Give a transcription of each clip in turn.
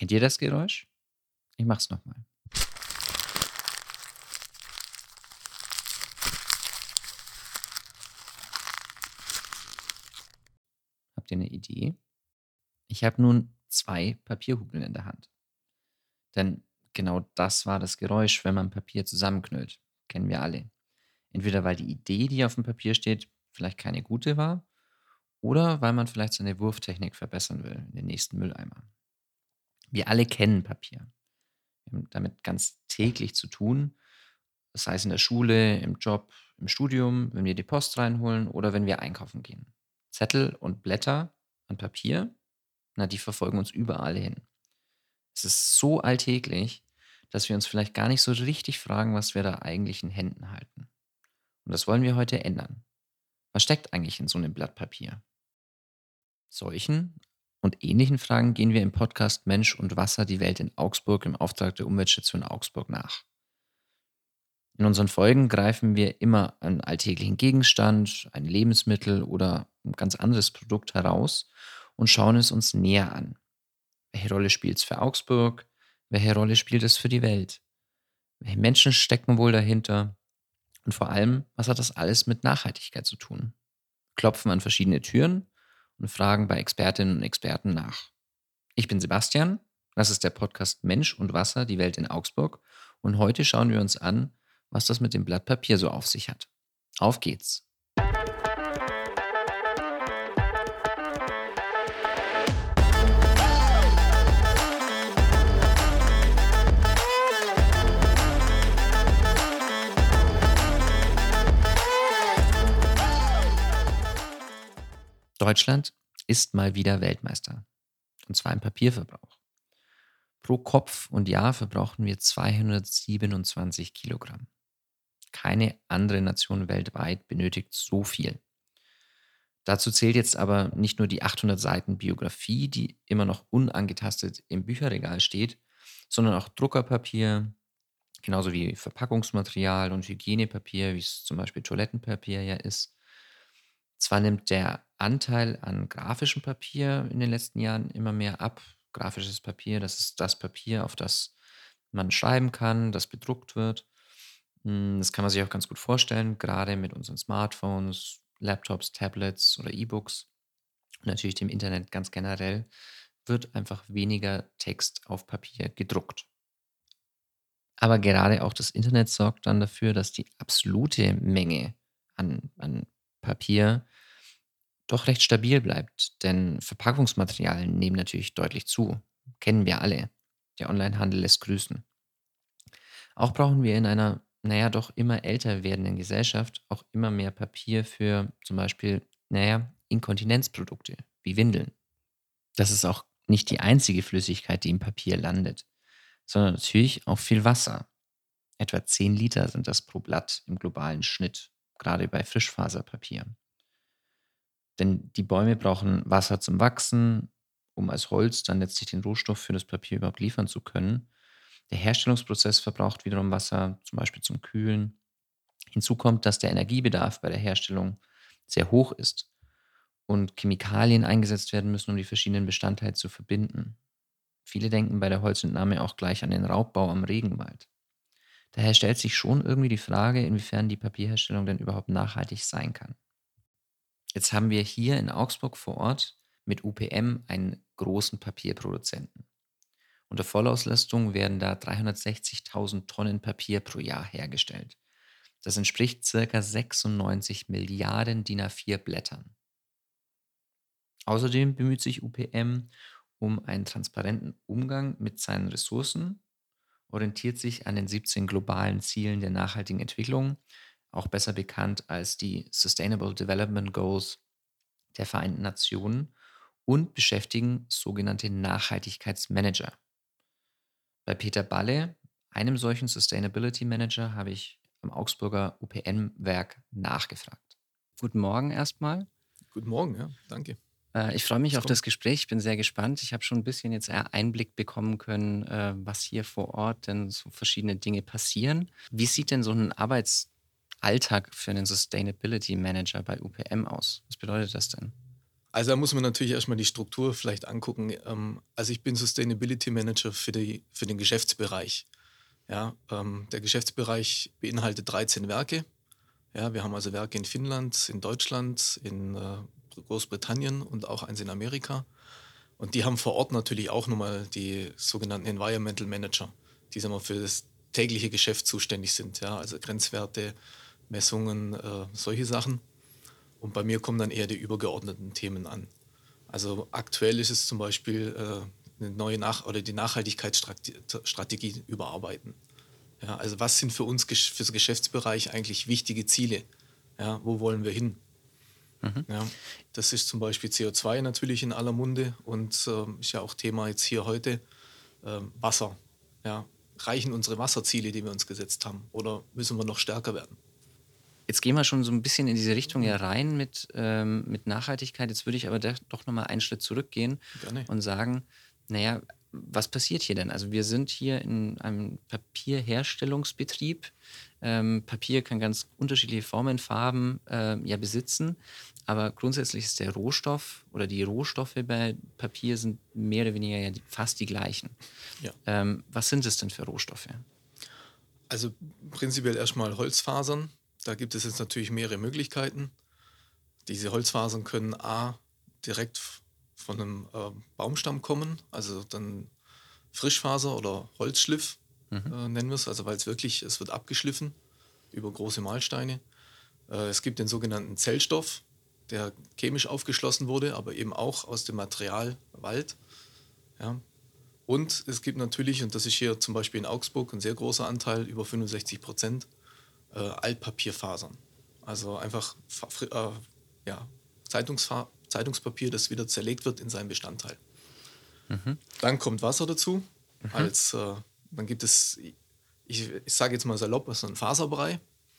Kennt ihr das Geräusch? Ich mach's nochmal. Habt ihr eine Idee? Ich habe nun 2 Papierhudeln in der Hand. Denn genau das war das Geräusch, wenn man Papier zusammenknüllt. Kennen wir alle. Entweder weil die Idee, die auf dem Papier steht, vielleicht keine gute war oder weil man vielleicht seine Wurftechnik verbessern will in den nächsten Mülleimer. Wir alle kennen Papier. Wir haben damit ganz täglich zu tun, sei es in der Schule, im Job, im Studium, wenn wir die Post reinholen oder wenn wir einkaufen gehen. Zettel und Blätter an Papier, na, die verfolgen uns überall hin. Es ist so alltäglich, dass wir uns vielleicht gar nicht so richtig fragen, was wir da eigentlich in Händen halten. Und das wollen wir heute ändern. Was steckt eigentlich in so einem Blatt Papier? Solchen und ähnlichen Fragen gehen wir im Podcast Mensch und Wasser, die Welt in Augsburg im Auftrag der Umweltstation Augsburg nach. In unseren Folgen greifen wir immer einen alltäglichen Gegenstand, ein Lebensmittel oder ein ganz anderes Produkt heraus und schauen es uns näher an. Welche Rolle spielt es für Augsburg? Welche Rolle spielt es für die Welt? Welche Menschen stecken wohl dahinter? Und vor allem, was hat das alles mit Nachhaltigkeit zu tun? Klopfen an verschiedene Türen und fragen bei Expertinnen und Experten nach. Ich bin Sebastian, das ist der Podcast Mensch und Wasser, die Welt in Augsburg und heute schauen wir uns an, was das mit dem Blatt Papier so auf sich hat. Auf geht's! Deutschland ist mal wieder Weltmeister, und zwar im Papierverbrauch. Pro Kopf und Jahr verbrauchen wir 227 Kilogramm. Keine andere Nation weltweit benötigt so viel. Dazu zählt jetzt aber nicht nur die 800 Seiten Biografie, die immer noch unangetastet im Bücherregal steht, sondern auch Druckerpapier, genauso wie Verpackungsmaterial und Hygienepapier, wie es zum Beispiel Toilettenpapier ja ist. Zwar nimmt der Anteil an grafischem Papier in den letzten Jahren immer mehr ab. Grafisches Papier, das ist das Papier, auf das man schreiben kann, das bedruckt wird. Das kann man sich auch ganz gut vorstellen, gerade mit unseren Smartphones, Laptops, Tablets oder E-Books und natürlich dem Internet ganz generell, wird einfach weniger Text auf Papier gedruckt. Aber gerade auch das Internet sorgt dann dafür, dass die absolute Menge an Papier doch recht stabil bleibt, denn Verpackungsmaterialien nehmen natürlich deutlich zu. Kennen wir alle. Der Onlinehandel lässt grüßen. Auch brauchen wir in einer, naja, doch immer älter werdenden Gesellschaft auch immer mehr Papier für zum Beispiel, naja, Inkontinenzprodukte wie Windeln. Das ist auch nicht die einzige Flüssigkeit, die im Papier landet, sondern natürlich auch viel Wasser. Etwa 10 Liter sind das pro Blatt im globalen Schnitt, gerade bei Frischfaserpapier. Denn die Bäume brauchen Wasser zum Wachsen, um als Holz dann letztlich den Rohstoff für das Papier überhaupt liefern zu können. Der Herstellungsprozess verbraucht wiederum Wasser, zum Beispiel zum Kühlen. Hinzu kommt, dass der Energiebedarf bei der Herstellung sehr hoch ist und Chemikalien eingesetzt werden müssen, um die verschiedenen Bestandteile zu verbinden. Viele denken bei der Holzentnahme auch gleich an den Raubbau am Regenwald. Daher stellt sich schon irgendwie die Frage, inwiefern die Papierherstellung denn überhaupt nachhaltig sein kann. Jetzt haben wir hier in Augsburg vor Ort mit UPM einen großen Papierproduzenten. Unter Vollauslastung werden da 360.000 Tonnen Papier pro Jahr hergestellt. Das entspricht circa 96 Milliarden DIN A4 Blättern. Außerdem bemüht sich UPM um einen transparenten Umgang mit seinen Ressourcen, orientiert sich an den 17 globalen Zielen der nachhaltigen Entwicklung, auch besser bekannt als die Sustainable Development Goals der Vereinten Nationen, und beschäftigen sogenannte Nachhaltigkeitsmanager. Bei Peter Balle, einem solchen Sustainability Manager, habe ich am Augsburger UPM-Werk nachgefragt. Guten Morgen erstmal. Guten Morgen, ja, danke. Ich freue mich Es auf das kommt. Gespräch. Ich bin sehr gespannt. Ich habe schon ein bisschen jetzt Einblick bekommen können, was hier vor Ort denn so verschiedene Dinge passieren. Wie sieht denn so ein Arbeitsalltag für einen Sustainability Manager bei UPM aus? Was bedeutet das denn? Also da muss man natürlich erstmal die Struktur vielleicht angucken. Also ich bin Sustainability Manager für den Geschäftsbereich. Ja, der Geschäftsbereich beinhaltet 13 Werke. Ja, wir haben also Werke in Finnland, in Deutschland, in Großbritannien und auch eins in Amerika. Und die haben vor Ort natürlich auch nochmal die sogenannten Environmental Manager, die sagen wir, für das tägliche Geschäft zuständig sind. Ja, also Grenzwerte, Messungen, solche Sachen. Und bei mir kommen dann eher die übergeordneten Themen an. Also aktuell ist es zum Beispiel eine neue oder die Nachhaltigkeitsstrategie überarbeiten. Ja, also was sind für uns für das Geschäftsbereich eigentlich wichtige Ziele? Ja, wo wollen wir hin? Mhm. Ja, das ist zum Beispiel CO2 natürlich in aller Munde und ist ja auch Thema jetzt hier heute. Wasser. Ja, reichen unsere Wasserziele, die wir uns gesetzt haben, oder müssen wir noch stärker werden? Jetzt gehen wir schon so ein bisschen in diese Richtung ja rein mit Nachhaltigkeit. Jetzt würde ich aber doch noch mal einen Schritt zurückgehen Gerne. und sagen, naja, was passiert hier denn? Also wir sind hier in einem Papierherstellungsbetrieb. Papier kann ganz unterschiedliche Formen, Farben ja besitzen, aber grundsätzlich ist der Rohstoff oder die Rohstoffe bei Papier sind mehr oder weniger ja fast die gleichen. Ja. Was sind es denn für Rohstoffe? Also prinzipiell erstmal Holzfasern. Da gibt es jetzt natürlich mehrere Möglichkeiten. Diese Holzfasern können A direkt von einem Baumstamm kommen, also dann Frischfaser oder Holzschliff nennen wir es, also weil es wird abgeschliffen über große Mahlsteine. Es gibt den sogenannten Zellstoff, der chemisch aufgeschlossen wurde, aber eben auch aus dem Material Wald. Ja. Und es gibt natürlich, und das ist hier zum Beispiel in Augsburg ein sehr großer Anteil, über 65%, Altpapierfasern. Also einfach ja, Zeitungspapier, das wieder zerlegt wird in seinen Bestandteil. Mhm. Dann kommt Wasser dazu. Mhm. Dann gibt es, ich sage jetzt mal salopp, so ein Faserbrei.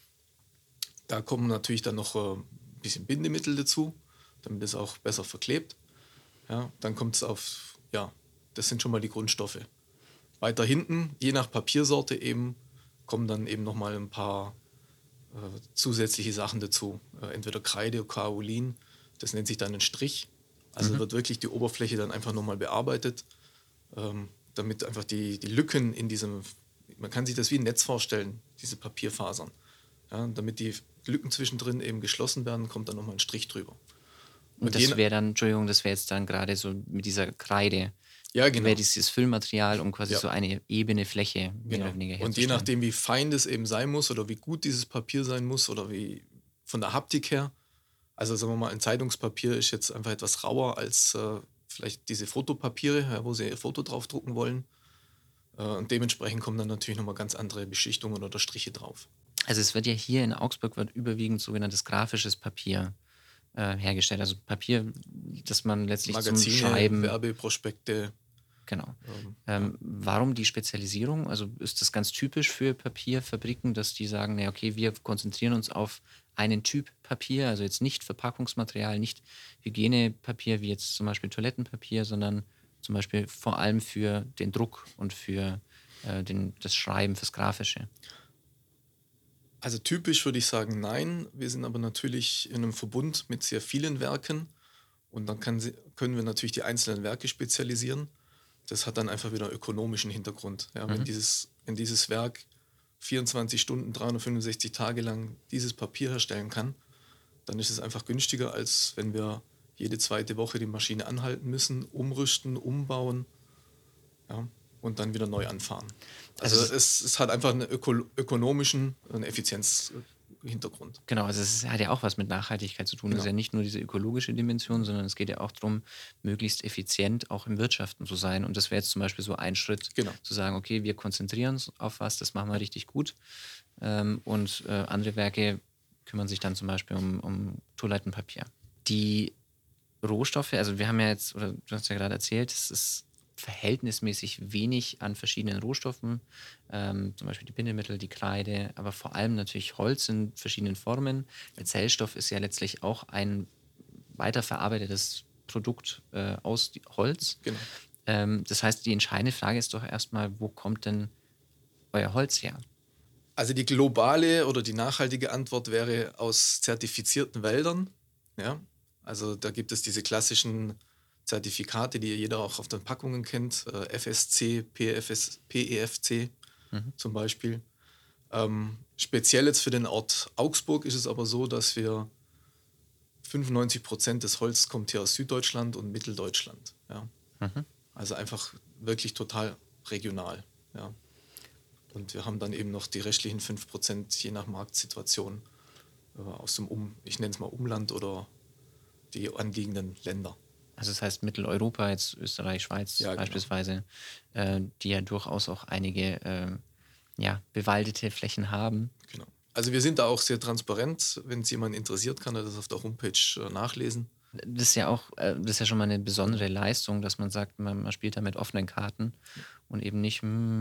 Da kommen natürlich dann noch ein bisschen Bindemittel dazu, damit es auch besser verklebt. Ja, dann kommt es das sind schon mal die Grundstoffe. Weiter hinten, je nach Papiersorte eben, kommen dann eben nochmal ein paar zusätzliche Sachen dazu. Entweder Kreide oder Kaolin, das nennt sich dann ein Strich. Also wird wirklich die Oberfläche dann einfach nochmal bearbeitet, damit einfach die Lücken in diesem, man kann sich das wie ein Netz vorstellen, diese Papierfasern. Ja, damit die Lücken zwischendrin eben geschlossen werden, kommt dann nochmal ein Strich drüber. Und das wäre dann, Entschuldigung, das wäre jetzt dann gerade so mit dieser Kreide, Ja, genau. wäre dieses Füllmaterial, um quasi Ja. so eine ebene Fläche mehr Genau. oder weniger herzustellen. Und je nachdem, wie fein das eben sein muss oder wie gut dieses Papier sein muss oder wie von der Haptik her. Also sagen wir mal, ein Zeitungspapier ist jetzt einfach etwas rauer als vielleicht diese Fotopapiere, ja, wo sie ihr Foto drauf drucken wollen. Und dementsprechend kommen dann natürlich nochmal ganz andere Beschichtungen oder Striche drauf. Also es wird ja hier in Augsburg wird überwiegend sogenanntes grafisches Papier hergestellt. Also Papier, das man letztlich Magazine, zum Schreiben... Werbeprospekte. Genau. Ja. Warum die Spezialisierung? Also ist das ganz typisch für Papierfabriken, dass die sagen, naja, okay, wir konzentrieren uns auf einen Typ Papier, also jetzt nicht Verpackungsmaterial, nicht Hygienepapier wie jetzt zum Beispiel Toilettenpapier, sondern zum Beispiel vor allem für den Druck und für das Schreiben, fürs Grafische. Also typisch würde ich sagen, nein. Wir sind aber natürlich in einem Verbund mit sehr vielen Werken und dann können wir natürlich die einzelnen Werke spezialisieren. Das hat dann einfach wieder einen ökonomischen Hintergrund. Ja, wenn dieses Werk 24 Stunden, 365 Tage lang dieses Papier herstellen kann, dann ist es einfach günstiger, als wenn wir jede zweite Woche die Maschine anhalten müssen, umrüsten, umbauen, ja, und dann wieder neu anfahren. Also es hat einfach einen ökonomischen, einen Effizienzhintergrund. Genau, also es hat ja auch was mit Nachhaltigkeit zu tun. Es ist ja nicht nur diese ökologische Dimension, sondern es geht ja auch darum, möglichst effizient auch im Wirtschaften zu sein. Und das wäre jetzt zum Beispiel so ein Schritt, zu sagen, okay, wir konzentrieren uns auf was, das machen wir richtig gut. Und andere Werke kümmern sich dann zum Beispiel um Toilettenpapier. Die Rohstoffe, also wir haben ja jetzt, oder du hast ja gerade erzählt, es ist verhältnismäßig wenig an verschiedenen Rohstoffen, zum Beispiel die Bindemittel, die Kreide, aber vor allem natürlich Holz in verschiedenen Formen. Der Zellstoff ist ja letztlich auch ein weiterverarbeitetes Produkt aus Holz. Genau. Das heißt, die entscheidende Frage ist doch erstmal, wo kommt denn euer Holz her? Also die globale oder die nachhaltige Antwort wäre aus zertifizierten Wäldern. Ja? Also da gibt es diese klassischen Zertifikate, die jeder auch auf den Packungen kennt, FSC, PEFC Mhm. zum Beispiel. Speziell jetzt für den Ort Augsburg ist es aber so, dass wir 95% des Holz kommt hier aus Süddeutschland und Mitteldeutschland. Ja. Mhm. Also einfach wirklich total regional. Ja. Und wir haben dann eben noch die restlichen 5%, je nach Marktsituation, aus dem ich nenne es mal Umland oder die anliegenden Länder. Also das heißt Mitteleuropa, jetzt Österreich, Schweiz Ja, genau. beispielsweise, die ja durchaus auch einige bewaldete Flächen haben. Genau. Also wir sind da auch sehr transparent. Wenn es jemand interessiert, kann er das auf der Homepage nachlesen. Das ist ja auch, das ist ja schon mal eine besondere Leistung, dass man sagt, man spielt da mit offenen Karten und eben nicht,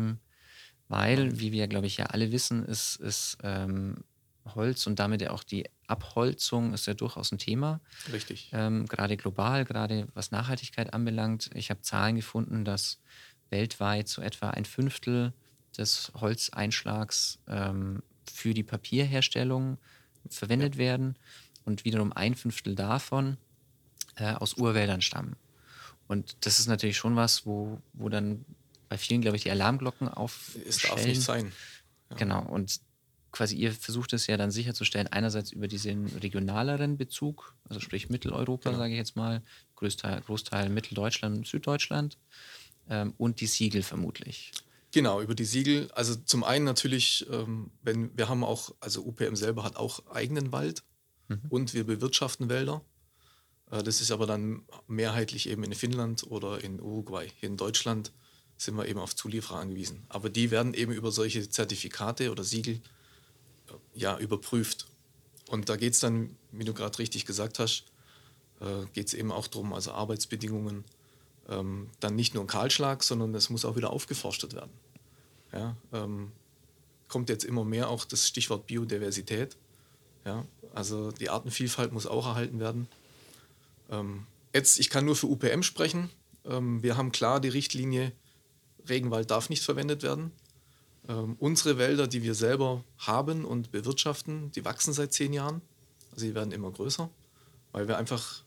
weil, wie wir, glaube ich, ja alle wissen, ist Holz und damit ja auch die Abholzung ist ja durchaus ein Thema. Richtig. Gerade global, gerade was Nachhaltigkeit anbelangt. Ich habe Zahlen gefunden, dass weltweit so etwa ein Fünftel des Holzeinschlags für die Papierherstellung verwendet werden und wiederum ein Fünftel davon aus Urwäldern stammen. Und das ist natürlich schon was, wo dann bei vielen, glaube ich, die Alarmglocken Es darf nicht aufstellen. sein. Ja. Genau, und quasi ihr versucht es ja dann sicherzustellen, einerseits über diesen regionaleren Bezug, also sprich Mitteleuropa, Genau. sage ich jetzt mal, Großteil Mitteldeutschland und Süddeutschland und die Siegel vermutlich. Genau, über die Siegel. Also zum einen natürlich, wenn wir haben auch, also UPM selber hat auch eigenen Wald und wir bewirtschaften Wälder. Das ist aber dann mehrheitlich eben in Finnland oder in Uruguay. Hier in Deutschland sind wir eben auf Zulieferer angewiesen. Aber die werden eben über solche Zertifikate oder Siegel überprüft. Und da geht es dann, wie du gerade richtig gesagt hast, geht es eben auch darum, also Arbeitsbedingungen, dann nicht nur ein Kahlschlag, sondern es muss auch wieder aufgeforstet werden. Ja, kommt jetzt immer mehr auch das Stichwort Biodiversität. Ja, also die Artenvielfalt muss auch erhalten werden. Jetzt, ich kann nur für UPM sprechen. Wir haben klar die Richtlinie, Regenwald darf nicht verwendet werden. Unsere Wälder, die wir selber haben und bewirtschaften, die wachsen seit 10 Jahren. Also die werden immer größer, weil wir einfach,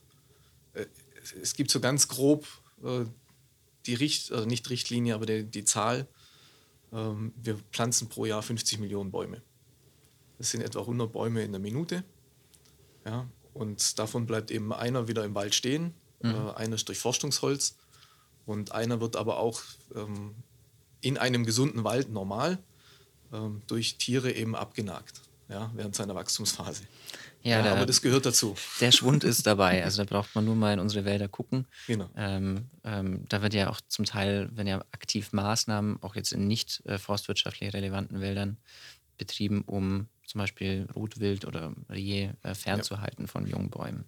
es gibt so ganz grob die nicht Richtlinie, aber die Zahl, wir pflanzen pro Jahr 50 Millionen Bäume. Das sind etwa 100 Bäume in der Minute. Ja, und davon bleibt eben einer wieder im Wald stehen, einer ist durch Forstungsholz und einer wird aber auch in einem gesunden Wald normal durch Tiere eben abgenagt, ja, während seiner Wachstumsphase. Ja, aber das gehört dazu. Der Schwund ist dabei. Also da braucht man nur mal in unsere Wälder gucken. Genau. Da wird ja auch zum Teil, wenn ja aktiv Maßnahmen auch jetzt in nicht forstwirtschaftlich relevanten Wäldern betrieben, um zum Beispiel Rotwild oder Rehe fernzuhalten von jungen Bäumen.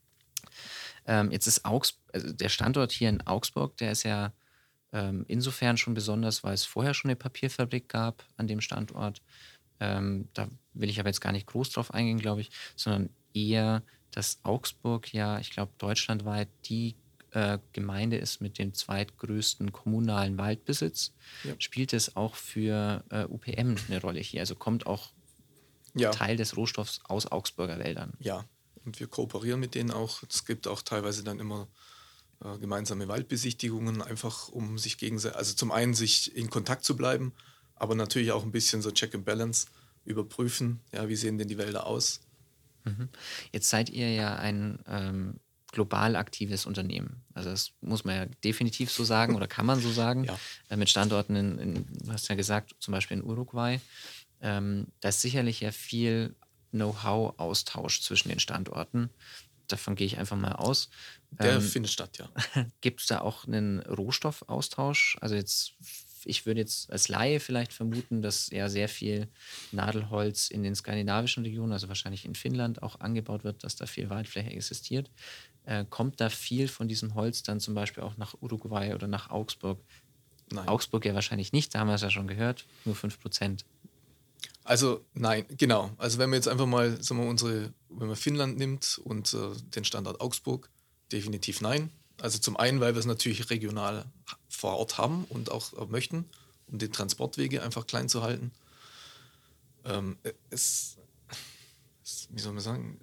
Jetzt ist also der Standort hier in Augsburg, der ist ja insofern schon besonders, weil es vorher schon eine Papierfabrik gab an dem Standort. Da will ich aber jetzt gar nicht groß drauf eingehen, glaube ich, sondern eher, dass Augsburg ja, ich glaube, deutschlandweit die Gemeinde ist mit dem zweitgrößten kommunalen Waldbesitz. Ja. Spielt es auch für UPM eine Rolle hier? Also kommt auch Teil des Rohstoffs aus Augsburger Wäldern? Ja, und wir kooperieren mit denen auch. Es gibt auch teilweise dann immer gemeinsame Waldbesichtigungen, einfach um sich gegenseitig, also zum einen sich in Kontakt zu bleiben, aber natürlich auch ein bisschen so Check and Balance überprüfen, ja, wie sehen denn die Wälder aus. Jetzt seid ihr ja ein global aktives Unternehmen. Also das muss man ja definitiv so sagen oder kann man so sagen. Ja. Mit Standorten du hast ja gesagt, zum Beispiel in Uruguay. Da ist sicherlich ja viel Know-how-Austausch zwischen den Standorten. Davon gehe ich einfach mal aus. Der findet statt, ja. Gibt es da auch einen Rohstoffaustausch? Also jetzt, ich würde jetzt als Laie vielleicht vermuten, dass ja sehr viel Nadelholz in den skandinavischen Regionen, also wahrscheinlich in Finnland auch angebaut wird, dass da viel Waldfläche existiert. Kommt da viel von diesem Holz dann zum Beispiel auch nach Uruguay oder nach Augsburg? Nein. Augsburg ja wahrscheinlich nicht, da haben wir es ja schon gehört, nur 5%. Also nein, genau. Also wenn wir jetzt einfach mal, sagen wir, wenn man Finnland nimmt und den Standort Augsburg, definitiv nein. Also zum einen, weil wir es natürlich regional vor Ort haben und auch möchten, um die Transportwege einfach klein zu halten. Wie soll man sagen,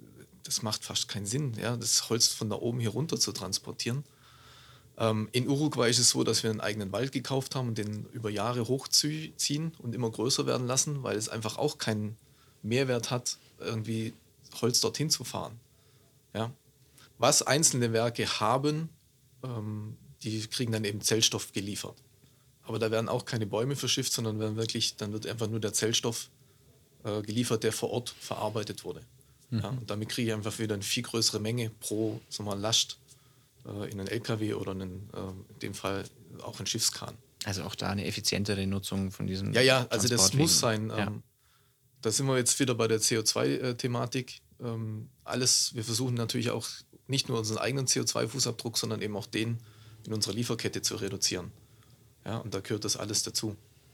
das macht fast keinen Sinn, ja, das Holz von da oben hier runter zu transportieren. In Uruguay ist es so, dass wir einen eigenen Wald gekauft haben und den über Jahre hochziehen und immer größer werden lassen, weil es einfach auch keinen Mehrwert hat, irgendwie Holz dorthin zu fahren. Ja. Was einzelne Werke haben, die kriegen dann eben Zellstoff geliefert. Aber da werden auch keine Bäume verschifft, sondern dann wird einfach nur der Zellstoff geliefert, der vor Ort verarbeitet wurde. Ja, und damit kriege ich einfach wieder eine viel größere Menge pro, sagen wir mal, Last in einen LKW oder in dem Fall auch einen Schiffskahn. Also auch da eine effizientere Nutzung von diesem Ja, also das muss sein. Ja. Da sind wir jetzt wieder bei der CO2-Thematik. Wir versuchen natürlich auch nicht nur unseren eigenen CO2-Fußabdruck, sondern eben auch den in unserer Lieferkette zu reduzieren. Ja, und da gehört das alles dazu.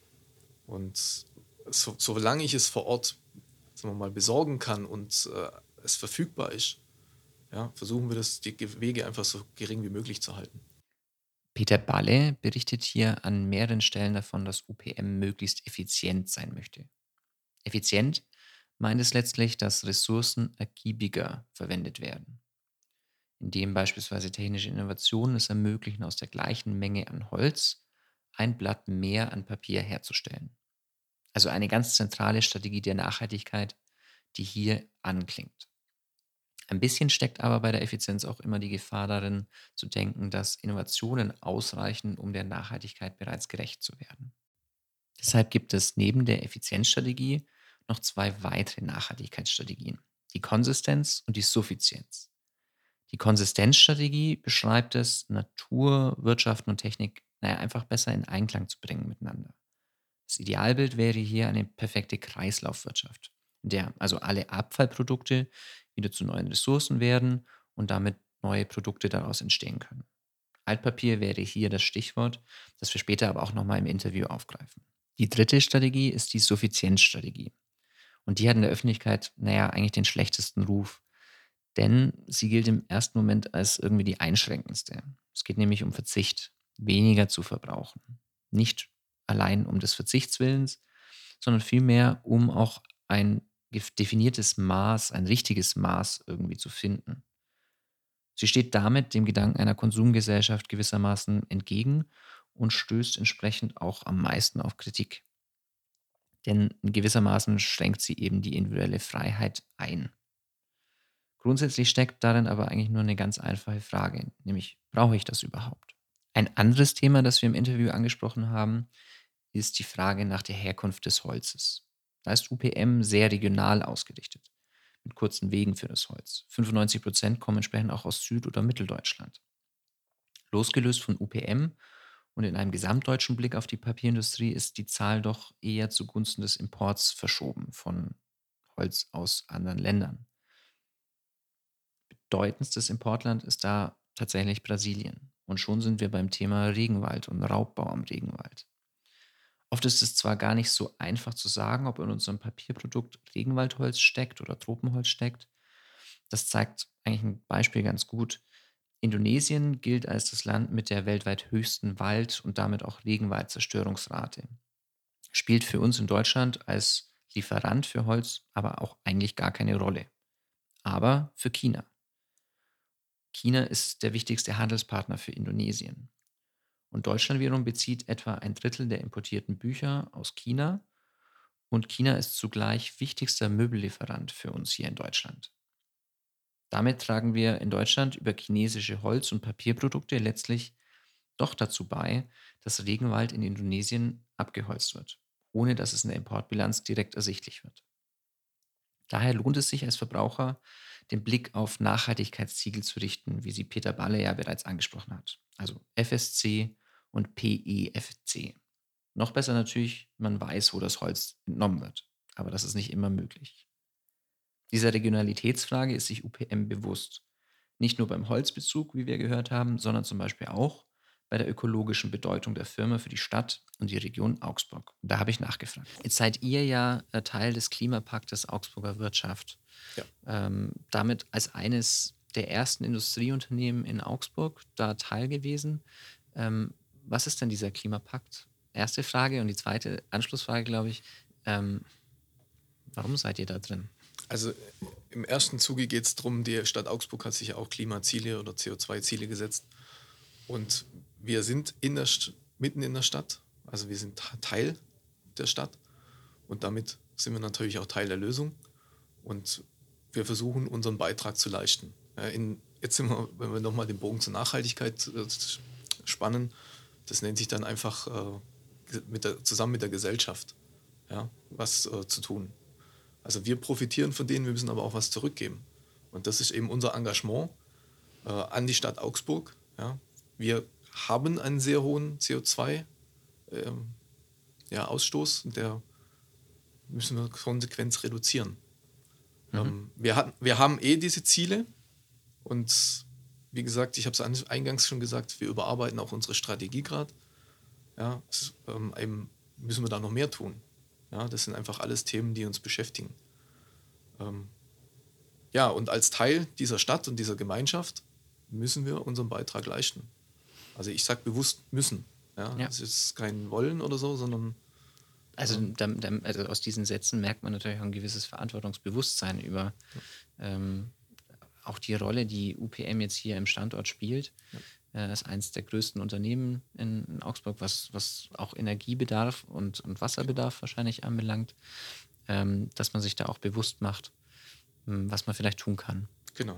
Und solange ich es vor Ort, sagen wir mal, besorgen kann und es verfügbar ist, ja, versuchen wir die Wege einfach so gering wie möglich zu halten. Peter Balle berichtet hier an mehreren Stellen davon, dass UPM möglichst effizient sein möchte. Effizient meint es letztlich, dass Ressourcen ergiebiger verwendet werden, indem beispielsweise technische Innovationen es ermöglichen, aus der gleichen Menge an Holz ein Blatt mehr an Papier herzustellen. Also eine ganz zentrale Strategie der Nachhaltigkeit, die hier anklingt. Ein bisschen steckt aber bei der Effizienz auch immer die Gefahr darin, zu denken, dass Innovationen ausreichen, um der Nachhaltigkeit bereits gerecht zu werden. Deshalb gibt es neben der Effizienzstrategie noch zwei weitere Nachhaltigkeitsstrategien: die Konsistenz und die Suffizienz. Die Konsistenzstrategie beschreibt es, Natur, Wirtschaft und Technik einfach besser in Einklang zu bringen miteinander. Das Idealbild wäre hier eine perfekte Kreislaufwirtschaft, in der also alle Abfallprodukte wieder zu neuen Ressourcen werden und damit neue Produkte daraus entstehen können. Altpapier wäre hier das Stichwort, das wir später aber auch nochmal im Interview aufgreifen. Die dritte Strategie ist die Suffizienzstrategie. Und die hat in der Öffentlichkeit, eigentlich den schlechtesten Ruf, denn sie gilt im ersten Moment als irgendwie die einschränkendste. Es geht nämlich um Verzicht, weniger zu verbrauchen. Nicht allein um des Verzichtswillens, sondern vielmehr um auch ein definiertes Maß, ein richtiges Maß irgendwie zu finden. Sie steht damit dem Gedanken einer Konsumgesellschaft gewissermaßen entgegen und stößt entsprechend auch am meisten auf Kritik. Denn gewissermaßen schränkt sie eben die individuelle Freiheit ein. Grundsätzlich steckt darin aber eigentlich nur eine ganz einfache Frage, nämlich brauche ich das überhaupt? Ein anderes Thema, das wir im Interview angesprochen haben, ist die Frage nach der Herkunft des Holzes. Da ist UPM sehr regional ausgerichtet, mit kurzen Wegen für das Holz. 95% kommen entsprechend auch aus Süd- oder Mitteldeutschland. Losgelöst von UPM und in einem gesamtdeutschen Blick auf die Papierindustrie ist die Zahl doch eher zugunsten des Imports verschoben von Holz aus anderen Ländern. Bedeutendstes Importland ist da tatsächlich Brasilien. Und schon sind wir beim Thema Regenwald und Raubbau am Regenwald. Oft ist es zwar gar nicht so einfach zu sagen, ob in unserem Papierprodukt Regenwaldholz steckt oder Tropenholz steckt. Das zeigt eigentlich ein Beispiel ganz gut. Indonesien gilt als das Land mit der weltweit höchsten Wald- und damit auch Regenwaldzerstörungsrate. Spielt für uns in Deutschland als Lieferant für Holz aber auch eigentlich gar keine Rolle. Aber für China. China ist der wichtigste Handelspartner für Indonesien. Und Deutschland wiederum bezieht etwa ein Drittel der importierten Bücher aus China. Und China ist zugleich wichtigster Möbellieferant für uns hier in Deutschland. Damit tragen wir in Deutschland über chinesische Holz- und Papierprodukte letztlich doch dazu bei, dass Regenwald in Indonesien abgeholzt wird, ohne dass es in der Importbilanz direkt ersichtlich wird. Daher lohnt es sich als Verbraucher, den Blick auf Nachhaltigkeitsziegel zu richten, wie sie Peter Balle ja bereits angesprochen hat. Also FSC und PEFC. Noch besser natürlich, man weiß, wo das Holz entnommen wird. Aber das ist nicht immer möglich. Dieser Regionalitätsfrage ist sich UPM bewusst. Nicht nur beim Holzbezug, wie wir gehört haben, sondern zum Beispiel auch bei der ökologischen Bedeutung der Firma für die Stadt und die Region Augsburg. Und da habe ich nachgefragt. Jetzt seid ihr ja Teil des Klimapaktes Augsburger Wirtschaft. Ja. Damit als eines der ersten Industrieunternehmen in Augsburg da teil gewesen. Was ist denn dieser Klimapakt? Erste Frage. Und die zweite Anschlussfrage, glaube ich, warum seid ihr da drin? Also im ersten Zuge geht es darum, die Stadt Augsburg hat sich ja auch Klimaziele oder CO2-Ziele gesetzt. Und wir sind mitten in der Stadt, also wir sind Teil der Stadt und damit sind wir natürlich auch Teil der Lösung und wir versuchen, unseren Beitrag zu leisten. Jetzt sind wir, wenn wir nochmal den Bogen zur Nachhaltigkeit spannen, das nennt sich dann einfach zusammen mit der Gesellschaft, ja, was zu tun. Also wir profitieren von denen, wir müssen aber auch was zurückgeben. Und das ist eben unser Engagement an die Stadt Augsburg. Ja. Wir haben einen sehr hohen CO2-Ausstoß und der müssen wir konsequent reduzieren. Wir haben diese Ziele und wie gesagt, ich habe es eingangs schon gesagt, wir überarbeiten auch unsere Strategie gerade. Ja, eben müssen wir da noch mehr tun. Ja, das sind einfach alles Themen, die uns beschäftigen. Ja, und als Teil dieser Stadt und dieser Gemeinschaft müssen wir unseren Beitrag leisten. Also ich sage bewusst müssen. Ja, Ja. das ist kein Wollen oder so, sondern Also, also aus diesen Sätzen merkt man natürlich auch ein gewisses Verantwortungsbewusstsein über auch die Rolle, die UPM jetzt hier im Standort spielt. Ist eines der größten Unternehmen in Augsburg, was auch Energiebedarf und Wasserbedarf wahrscheinlich anbelangt, dass man sich da auch bewusst macht, was man vielleicht tun kann. genau.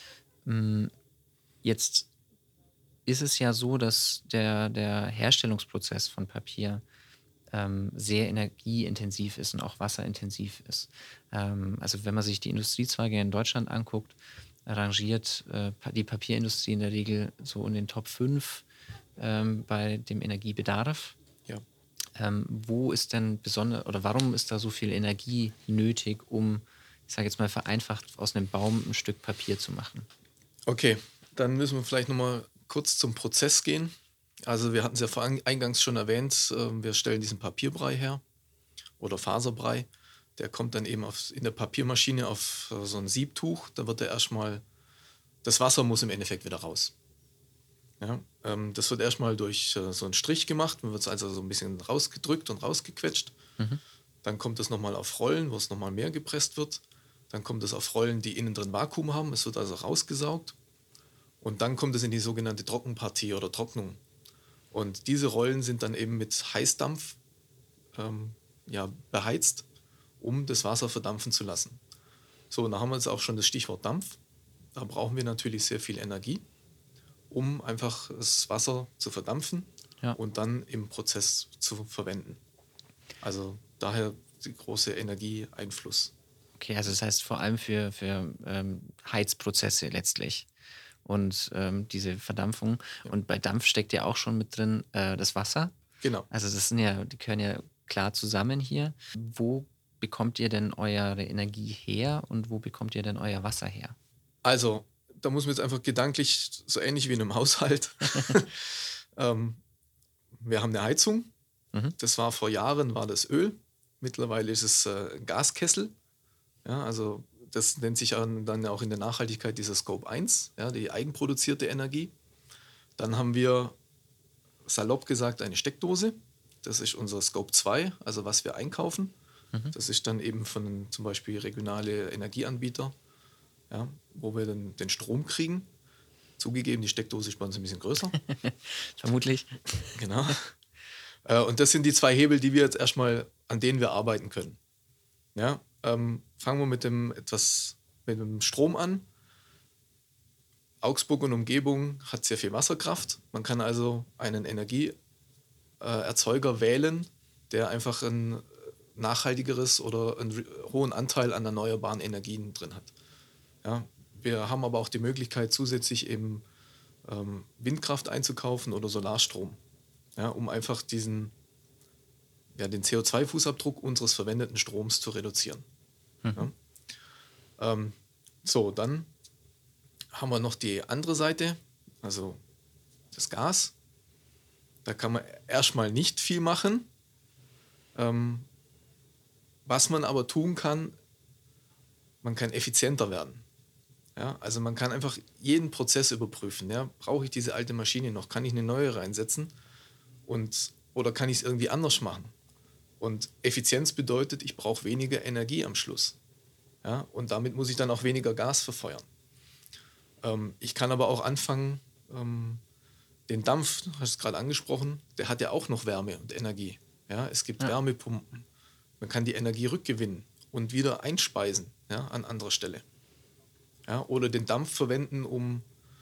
Jetzt ist es ja so, dass der Herstellungsprozess von Papier sehr energieintensiv ist und auch wasserintensiv ist. Also wenn man sich die Industriezweige in Deutschland anguckt, rangiert die Papierindustrie in der Regel so in den Top 5 bei dem Energiebedarf. Ja. Wo ist denn besonders oder warum ist da so viel Energie nötig, um, ich sage jetzt mal vereinfacht, aus einem Baum ein Stück Papier zu machen? Okay, dann müssen wir vielleicht nochmal kurz zum Prozess gehen. Also wir hatten es ja eingangs schon erwähnt, wir stellen diesen Papierbrei her oder Faserbrei. Der kommt dann eben in der Papiermaschine auf so ein Siebtuch. Da wird er erstmal, das Wasser muss im Endeffekt wieder raus. Ja, das wird erstmal durch so einen Strich gemacht, dann wird es also so ein bisschen rausgedrückt und rausgequetscht. Dann kommt es nochmal auf Rollen, wo es nochmal mehr gepresst wird. Dann kommt es auf Rollen, die innen drin Vakuum haben. Es wird also rausgesaugt. Und dann kommt es in die sogenannte Trockenpartie oder Trocknung. Und diese Rollen sind dann eben mit Heißdampf beheizt, um das Wasser verdampfen zu lassen. So, und da haben wir jetzt auch schon das Stichwort Dampf. Da brauchen wir natürlich sehr viel Energie, um einfach das Wasser zu verdampfen und dann im Prozess zu verwenden. Also daher der große Energieeinfluss. Okay, also das heißt vor allem für Heizprozesse letztlich und diese Verdampfung. Ja. Und bei Dampf steckt ja auch schon mit drin das Wasser. Genau. Also die gehören ja klar zusammen hier. Wo bekommt ihr denn eure Energie her und wo bekommt ihr denn euer Wasser her? Also, da muss man jetzt einfach gedanklich, so ähnlich wie in einem Haushalt. Wir haben eine Heizung. Das war vor Jahren, war das Öl. Mittlerweile ist es ein Gaskessel. Ja, also das nennt sich dann auch in der Nachhaltigkeit dieser Scope 1, ja, die eigenproduzierte Energie. Dann haben wir, salopp gesagt, eine Steckdose. Das ist unser Scope 2, also was wir einkaufen. Das ist dann eben von zum Beispiel regionale Energieanbieter, ja, wo wir dann den Strom kriegen. Zugegeben, die Steckdose ist bei uns ein bisschen größer. Vermutlich. Genau. Und das sind die zwei Hebel, die wir jetzt erstmal, an denen wir arbeiten können. Ja, fangen wir mit dem Strom an. Augsburg und Umgebung hat sehr viel Wasserkraft. Man kann also einen Energieerzeuger wählen, der einfach ein nachhaltigeres oder einen hohen Anteil an erneuerbaren Energien drin hat. Ja, wir haben aber auch die Möglichkeit, zusätzlich eben Windkraft einzukaufen oder Solarstrom, ja, um einfach den CO2-Fußabdruck unseres verwendeten Stroms zu reduzieren. Ja. So, dann haben wir noch die andere Seite, also das Gas. Da kann man erstmal nicht viel machen. Was man aber tun kann, man kann effizienter werden. Ja, also man kann einfach jeden Prozess überprüfen. Ja. Brauche ich diese alte Maschine noch? Kann ich eine neue reinsetzen? Oder kann ich es irgendwie anders machen? Und Effizienz bedeutet, ich brauche weniger Energie am Schluss. Ja, und damit muss ich dann auch weniger Gas verfeuern. Ich kann aber auch anfangen, den Dampf, du hast es gerade angesprochen, der hat ja auch noch Wärme und Energie. Ja, es gibt Ja. Wärmepumpen. Man kann die Energie rückgewinnen und wieder einspeisen, ja, an anderer Stelle. Ja, oder den Dampf verwenden, um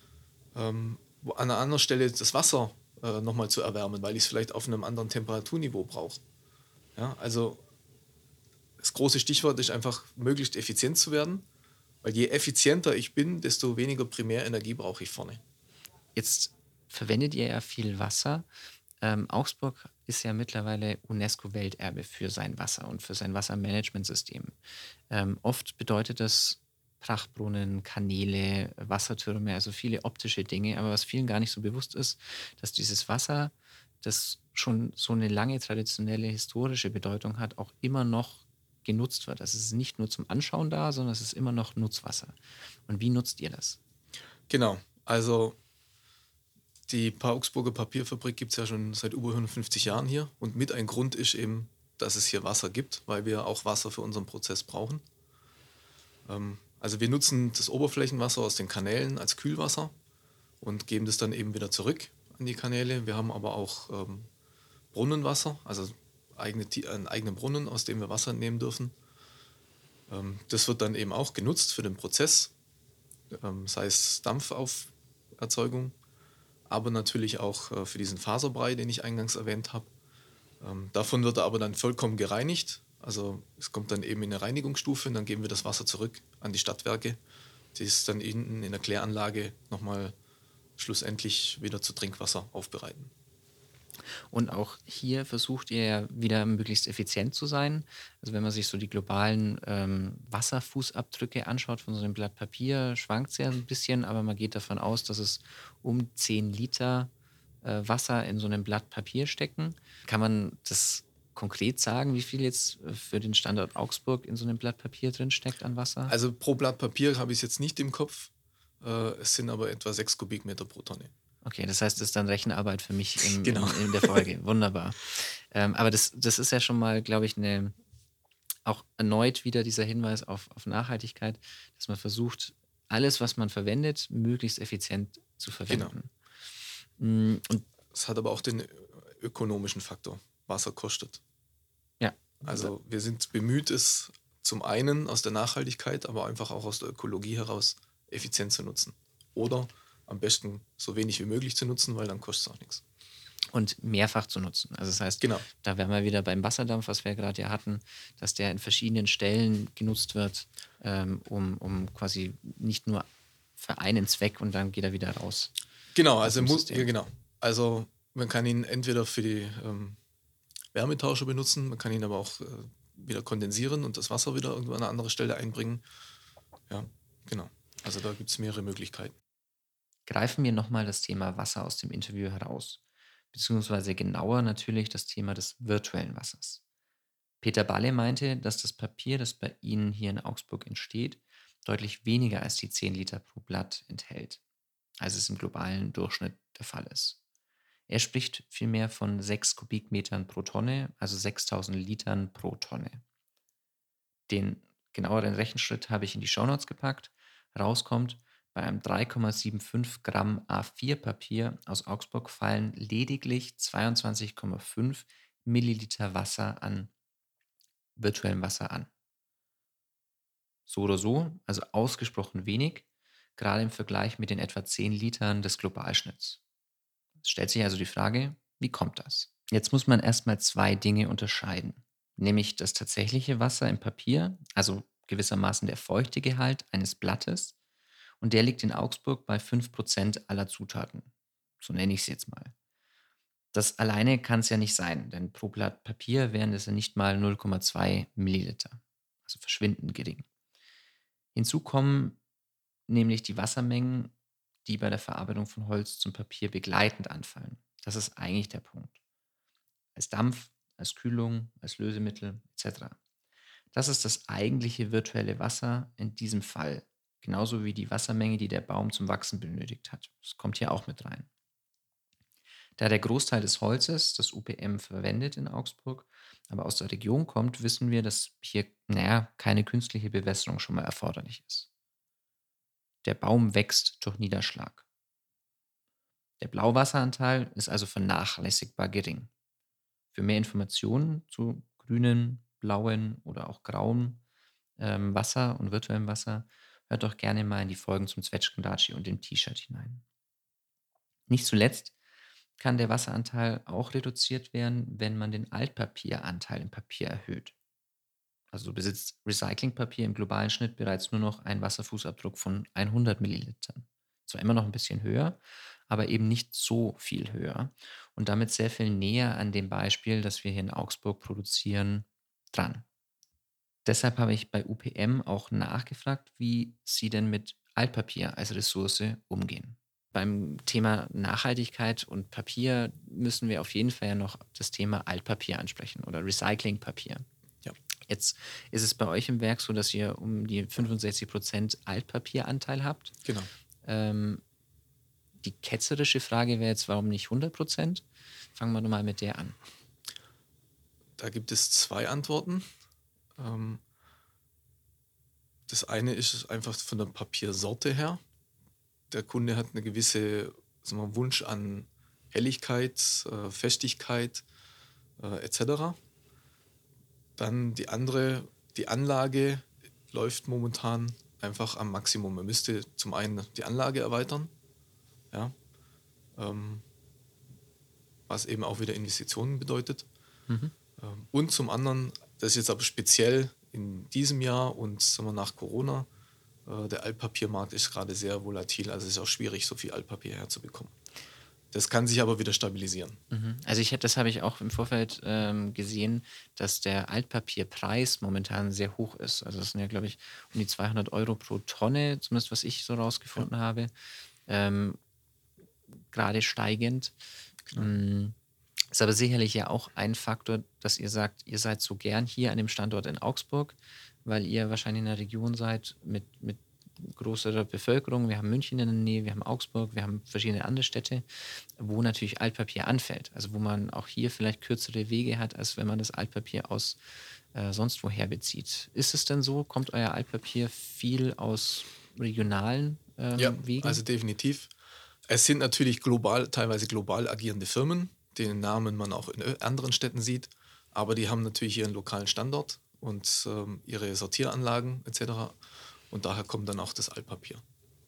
an einer anderen Stelle das Wasser nochmal zu erwärmen, weil ich es vielleicht auf einem anderen Temperaturniveau brauche. Ja, also das große Stichwort ist einfach, möglichst effizient zu werden, weil je effizienter ich bin, desto weniger Primärenergie brauche ich vorne. Jetzt verwendet ihr ja viel Wasser. Augsburg ist ja mittlerweile UNESCO-Welterbe für sein Wasser und für sein Wassermanagementsystem. Oft bedeutet das Prachtbrunnen, Kanäle, Wassertürme, also viele optische Dinge. Aber was vielen gar nicht so bewusst ist, dass dieses Wasser, das schon so eine lange traditionelle historische Bedeutung hat, auch immer noch genutzt wird. Also es ist nicht nur zum Anschauen da, sondern es ist immer noch Nutzwasser. Und wie nutzt ihr das? Genau, also die Augsburger Papierfabrik gibt es ja schon seit über 150 Jahren hier und mit ein Grund ist eben, dass es hier Wasser gibt, weil wir auch Wasser für unseren Prozess brauchen. Also wir nutzen das Oberflächenwasser aus den Kanälen als Kühlwasser und geben das dann eben wieder zurück an die Kanäle. Wir haben aber auch Brunnenwasser, also einen eigenen Brunnen, aus dem wir Wasser nehmen dürfen. Das wird dann eben auch genutzt für den Prozess, sei es Dampfauferzeugung, aber natürlich auch für diesen Faserbrei, den ich eingangs erwähnt habe. Davon wird er aber dann vollkommen gereinigt. Also es kommt dann eben in eine Reinigungsstufe und dann geben wir das Wasser zurück an die Stadtwerke, die es dann in der Kläranlage nochmal schlussendlich wieder zu Trinkwasser aufbereiten. Und auch hier versucht ihr ja wieder möglichst effizient zu sein. Also wenn man sich so die globalen Wasserfußabdrücke anschaut von so einem Blatt Papier, schwankt es ja ein bisschen, aber man geht davon aus, dass es um 10 Liter Wasser in so einem Blatt Papier stecken. Kann man das konkret sagen, wie viel jetzt für den Standort Augsburg in so einem Blatt Papier drin steckt an Wasser? Also pro Blatt Papier habe ich es jetzt nicht im Kopf. Es sind aber etwa 6 Kubikmeter pro Tonne. Okay, das heißt, das ist dann Rechenarbeit für mich Genau. in der Folge. Wunderbar. Aber das ist ja schon mal, glaube ich, auch erneut wieder dieser Hinweis auf Nachhaltigkeit, dass man versucht, alles, was man verwendet, möglichst effizient zu Genau. verwenden. Und Es hat aber auch den ökonomischen Faktor. Wasser kostet. ja, Also wir sind bemüht, es zum einen aus der Nachhaltigkeit, aber einfach auch aus der Ökologie heraus effizient zu nutzen. Oder am besten so wenig wie möglich zu nutzen, weil dann kostet es auch nichts. und mehrfach zu nutzen. Also das heißt, Genau. da wären wir wieder beim Wasserdampf, was wir gerade ja hatten, dass der in verschiedenen Stellen genutzt wird, um quasi nicht nur für einen Zweck und dann geht er wieder raus. Genau, aus also dem System. genau. Also man kann ihn entweder für die Wärmetauscher benutzen, man kann ihn aber auch wieder kondensieren und das Wasser wieder irgendwo an eine andere Stelle einbringen. Ja, genau. Also da gibt es mehrere Möglichkeiten. Greifen wir nochmal das Thema Wasser aus dem Interview heraus, beziehungsweise genauer natürlich das Thema des virtuellen Wassers. Peter Balle meinte, dass das Papier, das bei Ihnen hier in Augsburg entsteht, deutlich weniger als die 10 Liter pro Blatt enthält, als es im globalen Durchschnitt der Fall ist. Er spricht vielmehr von 6 Kubikmetern pro Tonne, also 6000 Litern pro Tonne. Den genaueren Rechenschritt habe ich in die Shownotes gepackt. Rauskommt, bei einem 3,75 Gramm A4-Papier aus Augsburg fallen lediglich 22,5 Milliliter Wasser an virtuellem Wasser an. So oder so, also ausgesprochen wenig, gerade im Vergleich mit den etwa 10 Litern des Globalschnitts. Es stellt sich also die Frage, wie kommt das? Jetzt muss man erstmal zwei Dinge unterscheiden, nämlich das tatsächliche Wasser im Papier, also gewissermaßen der Feuchtegehalt eines Blattes, und der liegt in Augsburg bei 5% aller Zutaten. So nenne ich es jetzt mal. Das alleine kann es ja nicht sein, denn pro Blatt Papier wären es ja nicht mal 0,2 Milliliter, also verschwindend gering. Hinzu kommen nämlich die Wassermengen, die bei der Verarbeitung von Holz zum Papier begleitend anfallen. Das ist eigentlich der Punkt. Als Dampf, als Kühlung, als Lösemittel etc. Das ist das eigentliche virtuelle Wasser in diesem Fall, genauso wie die Wassermenge, die der Baum zum Wachsen benötigt hat. Das kommt hier auch mit rein. Da der Großteil des Holzes, das UPM verwendet in Augsburg, aber aus der Region kommt, wissen wir, dass hier, naja, keine künstliche Bewässerung schon mal erforderlich ist. Der Baum wächst durch Niederschlag. Der Blauwasseranteil ist also vernachlässigbar gering. Für mehr Informationen zu grünen, blauen oder auch grauen Wasser und virtuellem Wasser, hört doch gerne mal in die Folgen zum Zwetschgendatschi und dem T-Shirt hinein. Nicht zuletzt kann der Wasseranteil auch reduziert werden, wenn man den Altpapieranteil im Papier erhöht. Also besitzt Recyclingpapier im globalen Schnitt bereits nur noch einen Wasserfußabdruck von 100 Millilitern. Zwar immer noch ein bisschen höher, aber eben nicht so viel höher und damit sehr viel näher an dem Beispiel, das wir hier in Augsburg produzieren, dran. Deshalb habe ich bei UPM auch nachgefragt, wie sie denn mit Altpapier als Ressource umgehen. Beim Thema Nachhaltigkeit und Papier müssen wir auf jeden Fall ja noch das Thema Altpapier ansprechen oder Recyclingpapier. Ja, Jetzt ist es bei euch im Werk so, dass ihr um die 65% Altpapieranteil habt. genau. Ähm, Die ketzerische Frage wäre jetzt, warum nicht 100%? Fangen wir doch mal mit der an. Da gibt es zwei Antworten. Ähm, Das eine ist einfach von der Papiersorte her. Der Kunde hat eine gewisse, sagen wir, Wunsch an Helligkeit, Festigkeit etc. Dann die Anlage läuft momentan einfach am Maximum. Man müsste zum einen die Anlage erweitern, ja, ähm, was eben auch wieder Investitionen bedeutet. Mhm. Und zum anderen, das ist jetzt aber speziell in diesem Jahr und sagen wir, nach Corona, der Altpapiermarkt ist gerade sehr volatil, also es ist auch schwierig, so viel Altpapier herzubekommen. Das kann sich aber wieder stabilisieren. Mhm. Also das habe ich auch im Vorfeld gesehen, dass der Altpapierpreis momentan sehr hoch ist. Also das sind ja, glaube ich, um die 200 Euro pro Tonne, zumindest was ich so Ja, rausgefunden habe, ähm, gerade steigend. genau. Ist aber sicherlich ja auch ein Faktor, dass ihr sagt, ihr seid so gern hier an dem Standort in Augsburg, weil ihr wahrscheinlich in einer Region seid mit größerer Bevölkerung. Wir haben München in der Nähe, wir haben Augsburg, wir haben verschiedene andere Städte, wo natürlich Altpapier anfällt. Also wo man auch hier vielleicht kürzere Wege hat, als wenn man das Altpapier aus sonst woher bezieht. Ist es denn so? Kommt euer Altpapier viel aus regionalen Ja, Wegen? also definitiv. Es sind natürlich teilweise global agierende Firmen, deren Namen man auch in anderen Städten sieht, aber die haben natürlich ihren lokalen Standort und ihre Sortieranlagen etc. Und daher kommt dann auch das Altpapier.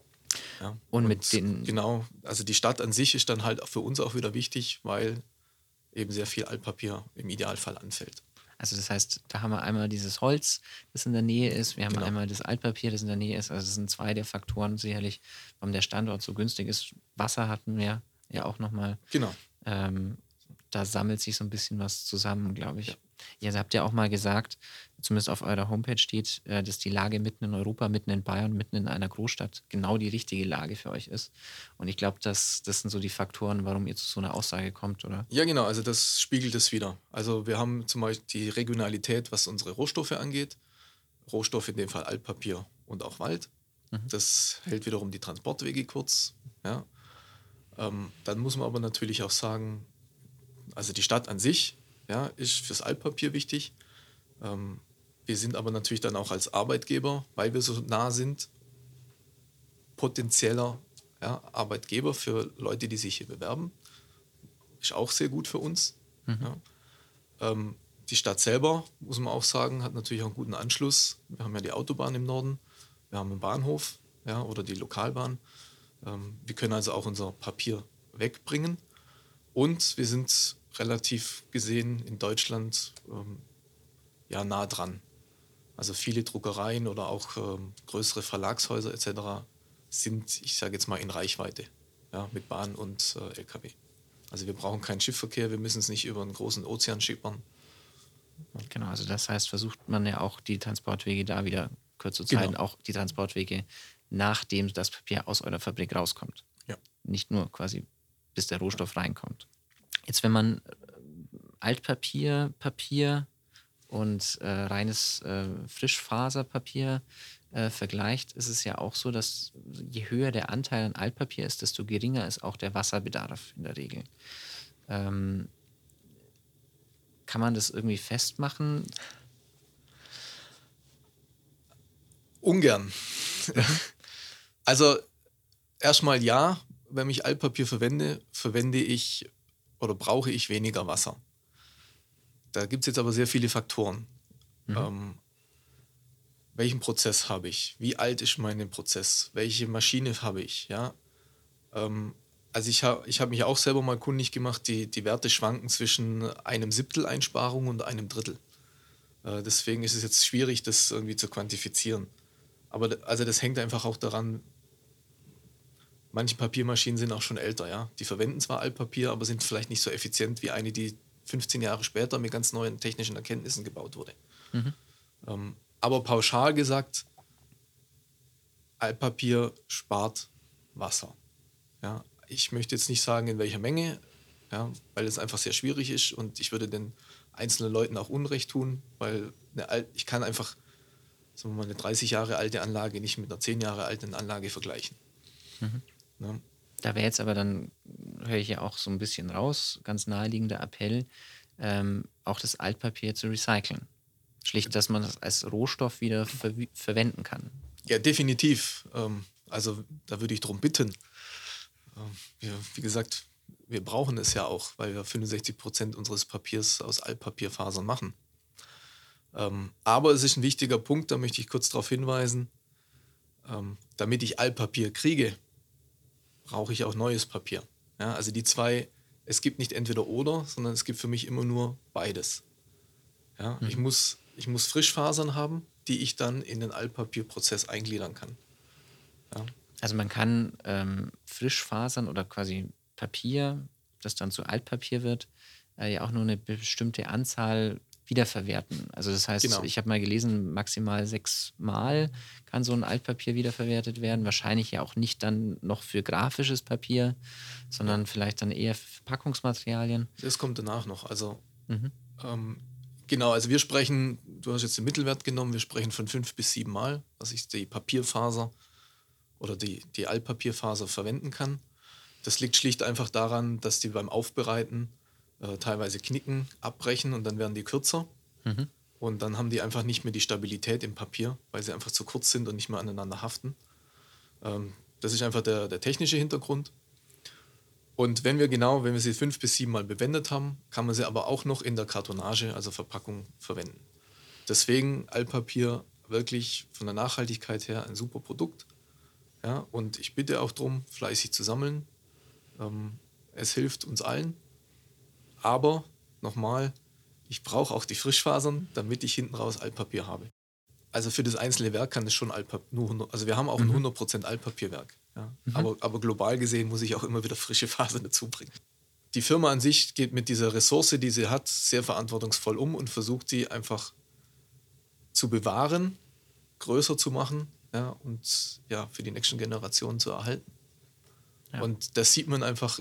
Ja. Und mit Und den genau, also die Stadt an sich ist dann halt für uns auch wieder wichtig, weil eben sehr viel Altpapier im Idealfall anfällt. Also das heißt, da haben wir einmal dieses Holz, das in der Nähe ist, wir haben Genau, einmal das Altpapier, das in der Nähe ist. Also das sind zwei der Faktoren sicherlich, warum der Standort so günstig ist. Wasser hatten wir ja auch nochmal. genau. Ähm, Da sammelt sich so ein bisschen was zusammen, glaube Ja, ich. Ihr habt ja auch mal gesagt, zumindest auf eurer Homepage steht, dass die Lage mitten in Europa, mitten in Bayern, mitten in einer Großstadt genau die richtige Lage für euch ist. Und ich glaube, das sind so die Faktoren, warum ihr zu so einer Aussage kommt, oder? ja, genau, also das spiegelt es wieder. Also wir haben zum Beispiel die Regionalität, was unsere Rohstoffe angeht. Rohstoff in dem Fall Altpapier und auch Wald. Mhm. Das hält wiederum die Transportwege kurz. Ja. Dann muss man aber natürlich auch sagen, also die Stadt an sich, ja, ist fürs Altpapier wichtig. Ähm, Wir sind aber natürlich dann auch als Arbeitgeber, weil wir so nah sind, potenzieller, ja, Arbeitgeber für Leute, die sich hier bewerben. Ist auch sehr gut für uns. Mhm. Ja. Die Stadt selber, muss man auch sagen, hat natürlich auch einen guten Anschluss. Wir haben ja die Autobahn im Norden, wir haben einen Bahnhof, ja, oder die Lokalbahn. Wir können also auch unser Papier wegbringen. Und wir sind relativ gesehen in Deutschland ja, nah dran. Also viele Druckereien oder auch größere Verlagshäuser etc. sind, ich sage jetzt mal, in Reichweite, ja, mit Bahn und LKW. Also wir brauchen keinen Schiffverkehr, wir müssen es nicht über einen großen Ozean schippern. Genau, also das heißt, versucht man ja auch die Transportwege da wieder kürzer zu halten, Genau, auch die Transportwege, nachdem das Papier aus eurer Fabrik rauskommt. ja. Nicht nur quasi, bis der Rohstoff reinkommt. Jetzt, wenn man Altpapier, Papier und reines Frischfaserpapier vergleicht, ist es ja auch so, dass je höher der Anteil an Altpapier ist, desto geringer ist auch der Wasserbedarf in der Regel. Ähm, Kann man das irgendwie festmachen? Ungern. Also erstmal ja, wenn ich Altpapier verwende, verwende ich oder brauche ich weniger Wasser. Da gibt es jetzt aber sehr viele Faktoren. Mhm. Ähm, welchen Prozess habe ich? Wie alt ist mein Prozess? Welche Maschine habe ich? Ja? Ähm, also ich hab mich auch selber mal kundig gemacht, die Werte schwanken zwischen einem Siebtel Einsparung und einem Drittel. Deswegen ist es jetzt schwierig, das irgendwie zu quantifizieren. Aber also das hängt einfach auch daran, manche Papiermaschinen sind auch schon älter, ja. Die verwenden zwar Altpapier, aber sind vielleicht nicht so effizient wie eine, die 15 Jahre später mit ganz neuen technischen Erkenntnissen gebaut wurde. Mhm. Aber pauschal gesagt, Altpapier spart Wasser. Ja. Ich möchte jetzt nicht sagen, in welcher Menge, ja, weil es einfach sehr schwierig ist und ich würde den einzelnen Leuten auch Unrecht tun, weil ich kann einfach, sagen wir mal, eine 30 Jahre alte Anlage nicht mit einer 10 Jahre alten Anlage vergleichen. Mhm. Ne? Da wäre jetzt aber dann, höre ich ja auch so ein bisschen raus, ganz naheliegender Appell, auch das Altpapier zu recyceln. Schlicht, dass man das als Rohstoff wieder verwenden kann. Ja, definitiv. Also da würde ich darum bitten. Wie gesagt, wir brauchen es ja auch, weil wir 65% unseres Papiers aus Altpapierfasern machen. Aber es ist ein wichtiger Punkt, da möchte ich kurz darauf hinweisen. Damit ich Altpapier kriege, brauche ich auch neues Papier. Ja, also die zwei, es gibt nicht entweder oder, sondern es gibt für mich immer nur beides. Ja, Mhm. ich muss Frischfasern haben, die ich dann in den Altpapierprozess eingliedern kann. Ja. Also man kann Frischfasern oder quasi Papier, das dann zu Altpapier wird, ja auch nur eine bestimmte Anzahl wiederverwerten. Also das heißt, Genau. ich habe mal gelesen, maximal 6 Mal kann so ein Altpapier wiederverwertet werden. Wahrscheinlich ja auch nicht dann noch für grafisches Papier, Ja. sondern vielleicht dann eher für Verpackungsmaterialien. Das kommt danach noch. Also Mhm. genau, also wir sprechen, du hast jetzt den Mittelwert genommen, wir sprechen von 5 bis 7 Mal, dass ich die Papierfaser oder die Altpapierfaser verwenden kann. Das liegt schlicht einfach daran, dass die beim Aufbereiten teilweise knicken, abbrechen und dann werden die kürzer. Mhm. Und dann haben die einfach nicht mehr die Stabilität im Papier, weil sie einfach zu kurz sind und nicht mehr aneinander haften. Das ist einfach der technische Hintergrund. Und wenn wir sie 5 bis 7 Mal bewendet haben, kann man sie aber auch noch in der Kartonage, also Verpackung, verwenden. Deswegen Altpapier wirklich von der Nachhaltigkeit her ein super Produkt. Ja, und ich bitte auch darum, fleißig zu sammeln. Es hilft uns allen. Aber nochmal, ich brauche auch die Frischfasern, damit ich hinten raus Altpapier habe. Also für das einzelne Werk kann es schon also wir haben auch ein Mhm. 100% Altpapierwerk. Ja. Mhm. Aber global gesehen muss ich auch immer wieder frische Fasern dazu bringen. Die Firma an sich geht mit dieser Ressource, die sie hat, sehr verantwortungsvoll um und versucht sie einfach zu bewahren, größer zu machen, ja, und ja, für die nächsten Generationen zu erhalten. Ja. Und das sieht man einfach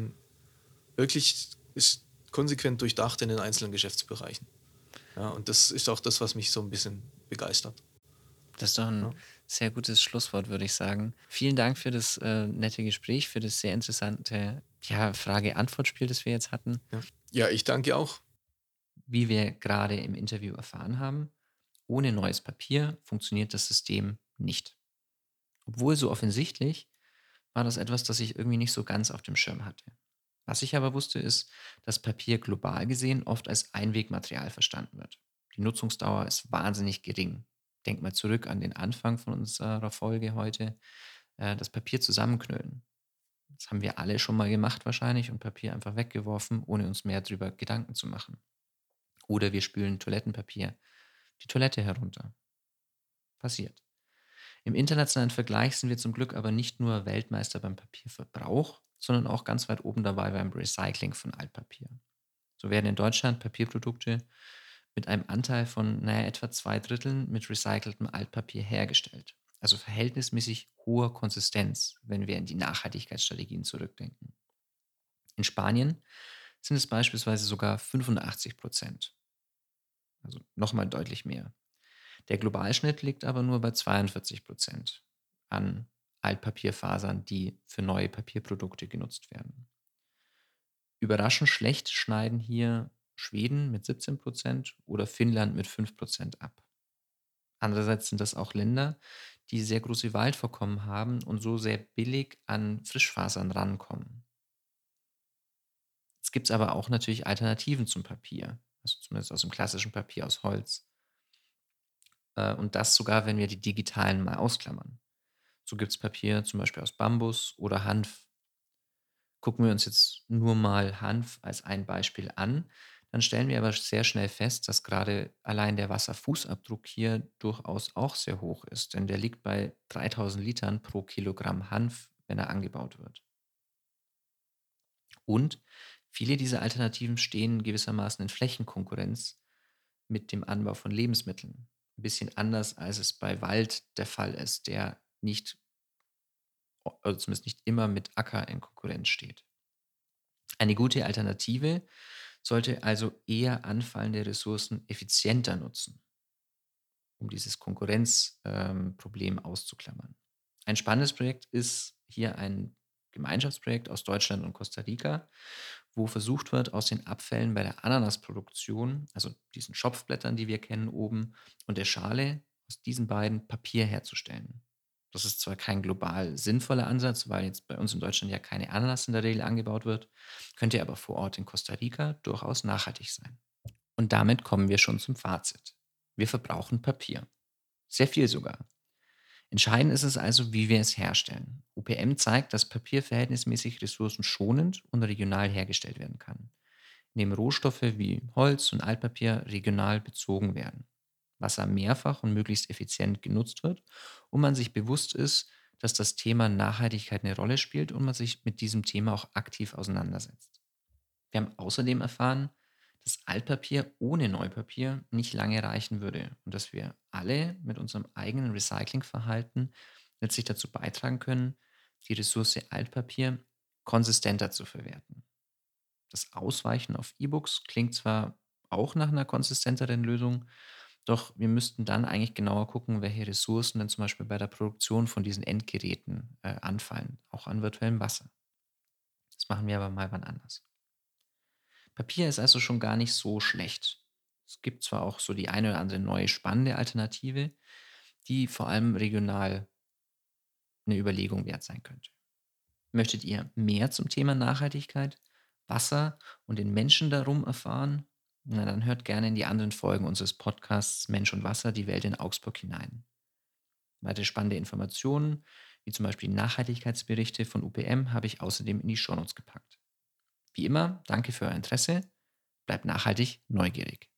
wirklich ist konsequent durchdacht in den einzelnen Geschäftsbereichen. Ja, und das ist auch das, was mich so ein bisschen begeistert. Das ist doch ein Ja, sehr gutes Schlusswort, würde ich sagen. Vielen Dank für das nette Gespräch, für das sehr interessante Frage-Antwort-Spiel, das wir jetzt hatten. ja. Ja, ich danke auch. Wie wir gerade im Interview erfahren haben, ohne neues Papier funktioniert das System nicht. Obwohl so offensichtlich, war das etwas, das ich irgendwie nicht so ganz auf dem Schirm hatte. Was ich aber wusste, ist, dass Papier global gesehen oft als Einwegmaterial verstanden wird. Die Nutzungsdauer ist wahnsinnig gering. Denk mal zurück an den Anfang von unserer Folge heute, das Papier zusammenknüllen. Das haben wir alle schon mal gemacht wahrscheinlich und Papier einfach weggeworfen, ohne uns mehr darüber Gedanken zu machen. Oder wir spülen Toilettenpapier die Toilette herunter. Passiert. Im internationalen Vergleich sind wir zum Glück aber nicht nur Weltmeister beim Papierverbrauch, sondern auch ganz weit oben dabei beim Recycling von Altpapier. So werden in Deutschland Papierprodukte mit einem Anteil von etwa 2 Dritteln mit recyceltem Altpapier hergestellt. Also verhältnismäßig hoher Konsistenz, wenn wir in die Nachhaltigkeitsstrategien zurückdenken. In Spanien sind es beispielsweise sogar 85%, also nochmal deutlich mehr. Der Globalschnitt liegt aber nur bei 42% an Altpapierfasern, die für neue Papierprodukte genutzt werden. Überraschend schlecht schneiden hier Schweden mit 17% oder Finnland mit 5% ab. Andererseits sind das auch Länder, die sehr große Waldvorkommen haben und so sehr billig an Frischfasern rankommen. Jetzt gibt es aber auch natürlich Alternativen zum Papier, also zumindest aus dem klassischen Papier aus Holz. Und das sogar, wenn wir die digitalen mal ausklammern. So gibt es Papier zum Beispiel aus Bambus oder Hanf. Gucken wir uns jetzt nur mal Hanf als ein Beispiel an, dann stellen wir aber sehr schnell fest, dass gerade allein der Wasserfußabdruck hier durchaus auch sehr hoch ist, denn der liegt bei 3000 Litern pro Kilogramm Hanf, wenn er angebaut wird. Und viele dieser Alternativen stehen gewissermaßen in Flächenkonkurrenz mit dem Anbau von Lebensmitteln. Ein bisschen anders, als es bei Wald der Fall ist, der nicht, also zumindest nicht immer mit Acker in Konkurrenz steht. Eine gute Alternative sollte also eher anfallende Ressourcen effizienter nutzen, um dieses Konkurrenzproblem Problem auszuklammern. Ein spannendes Projekt ist hier ein Gemeinschaftsprojekt aus Deutschland und Costa Rica, wo versucht wird, aus den Abfällen bei der Ananasproduktion, also diesen Schopfblättern, die wir kennen oben, und der Schale, aus diesen beiden Papier herzustellen. Das ist zwar kein global sinnvoller Ansatz, weil jetzt bei uns in Deutschland ja keine Ananas in der Regel angebaut wird, könnte aber vor Ort in Costa Rica durchaus nachhaltig sein. Und damit kommen wir schon zum Fazit. Wir verbrauchen Papier. Sehr viel sogar. Entscheidend ist es also, wie wir es herstellen. UPM zeigt, dass Papier verhältnismäßig ressourcenschonend und regional hergestellt werden kann, indem Rohstoffe wie Holz und Altpapier regional bezogen werden, Wasser mehrfach und möglichst effizient genutzt wird und man sich bewusst ist, dass das Thema Nachhaltigkeit eine Rolle spielt und man sich mit diesem Thema auch aktiv auseinandersetzt. Wir haben außerdem erfahren, dass Altpapier ohne Neupapier nicht lange reichen würde und dass wir alle mit unserem eigenen Recyclingverhalten letztlich dazu beitragen können, die Ressource Altpapier konsistenter zu verwerten. Das Ausweichen auf E-Books klingt zwar auch nach einer konsistenteren Lösung, doch wir müssten dann eigentlich genauer gucken, welche Ressourcen denn zum Beispiel bei der Produktion von diesen Endgeräten anfallen, auch an virtuellem Wasser. Das machen wir aber mal wann anders. Papier ist also schon gar nicht so schlecht. Es gibt zwar auch so die eine oder andere neue spannende Alternative, die vor allem regional eine Überlegung wert sein könnte. Möchtet ihr mehr zum Thema Nachhaltigkeit, Wasser und den Menschen darum erfahren? Na, dann hört gerne in die anderen Folgen unseres Podcasts Mensch und Wasser, die Welt in Augsburg hinein. Weitere spannende Informationen, wie zum Beispiel Nachhaltigkeitsberichte von UPM, habe ich außerdem in die Shownotes gepackt. Wie immer, danke für euer Interesse. Bleibt nachhaltig neugierig.